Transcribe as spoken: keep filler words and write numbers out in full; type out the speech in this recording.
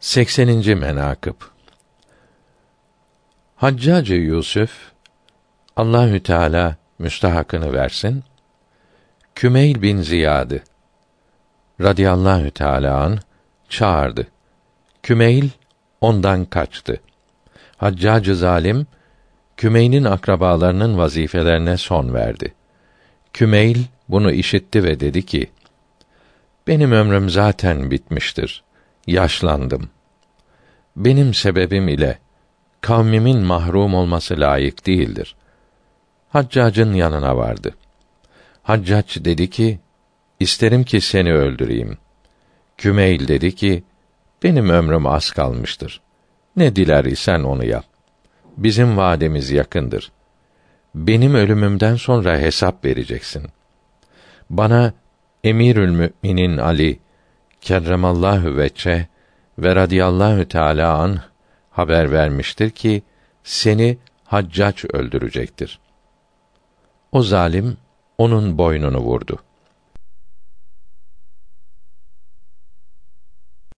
sekseninci menakıb. Haccacı Yusuf, Allahü Teala müstahakını versin, Kümeyl bin Ziyad'ı radıyallahu teâlâ anh çağırdı. Kümeyl ondan kaçtı. Haccacı zalim Kümeyl'in akrabalarının vazifelerine son verdi. Kümeyl bunu işitti ve dedi ki: benim ömrüm zaten bitmiştir. Yaşlandım. Benim sebebim ile kavmimin mahrum olması layık değildir. Haccacın yanına vardı. Haccac dedi ki: İsterim ki seni öldüreyim. Kümeyl dedi ki: benim ömrüm az kalmıştır. Ne diler isen onu yap. Bizim vademiz yakındır. Benim ölümümden sonra hesap vereceksin. Bana Emirül Müminin Ali kerremallahu veçhe ve radıyallahu teâlâ anh haber vermiştir ki seni Haccac öldürecektir. O zalim onun boynunu vurdu.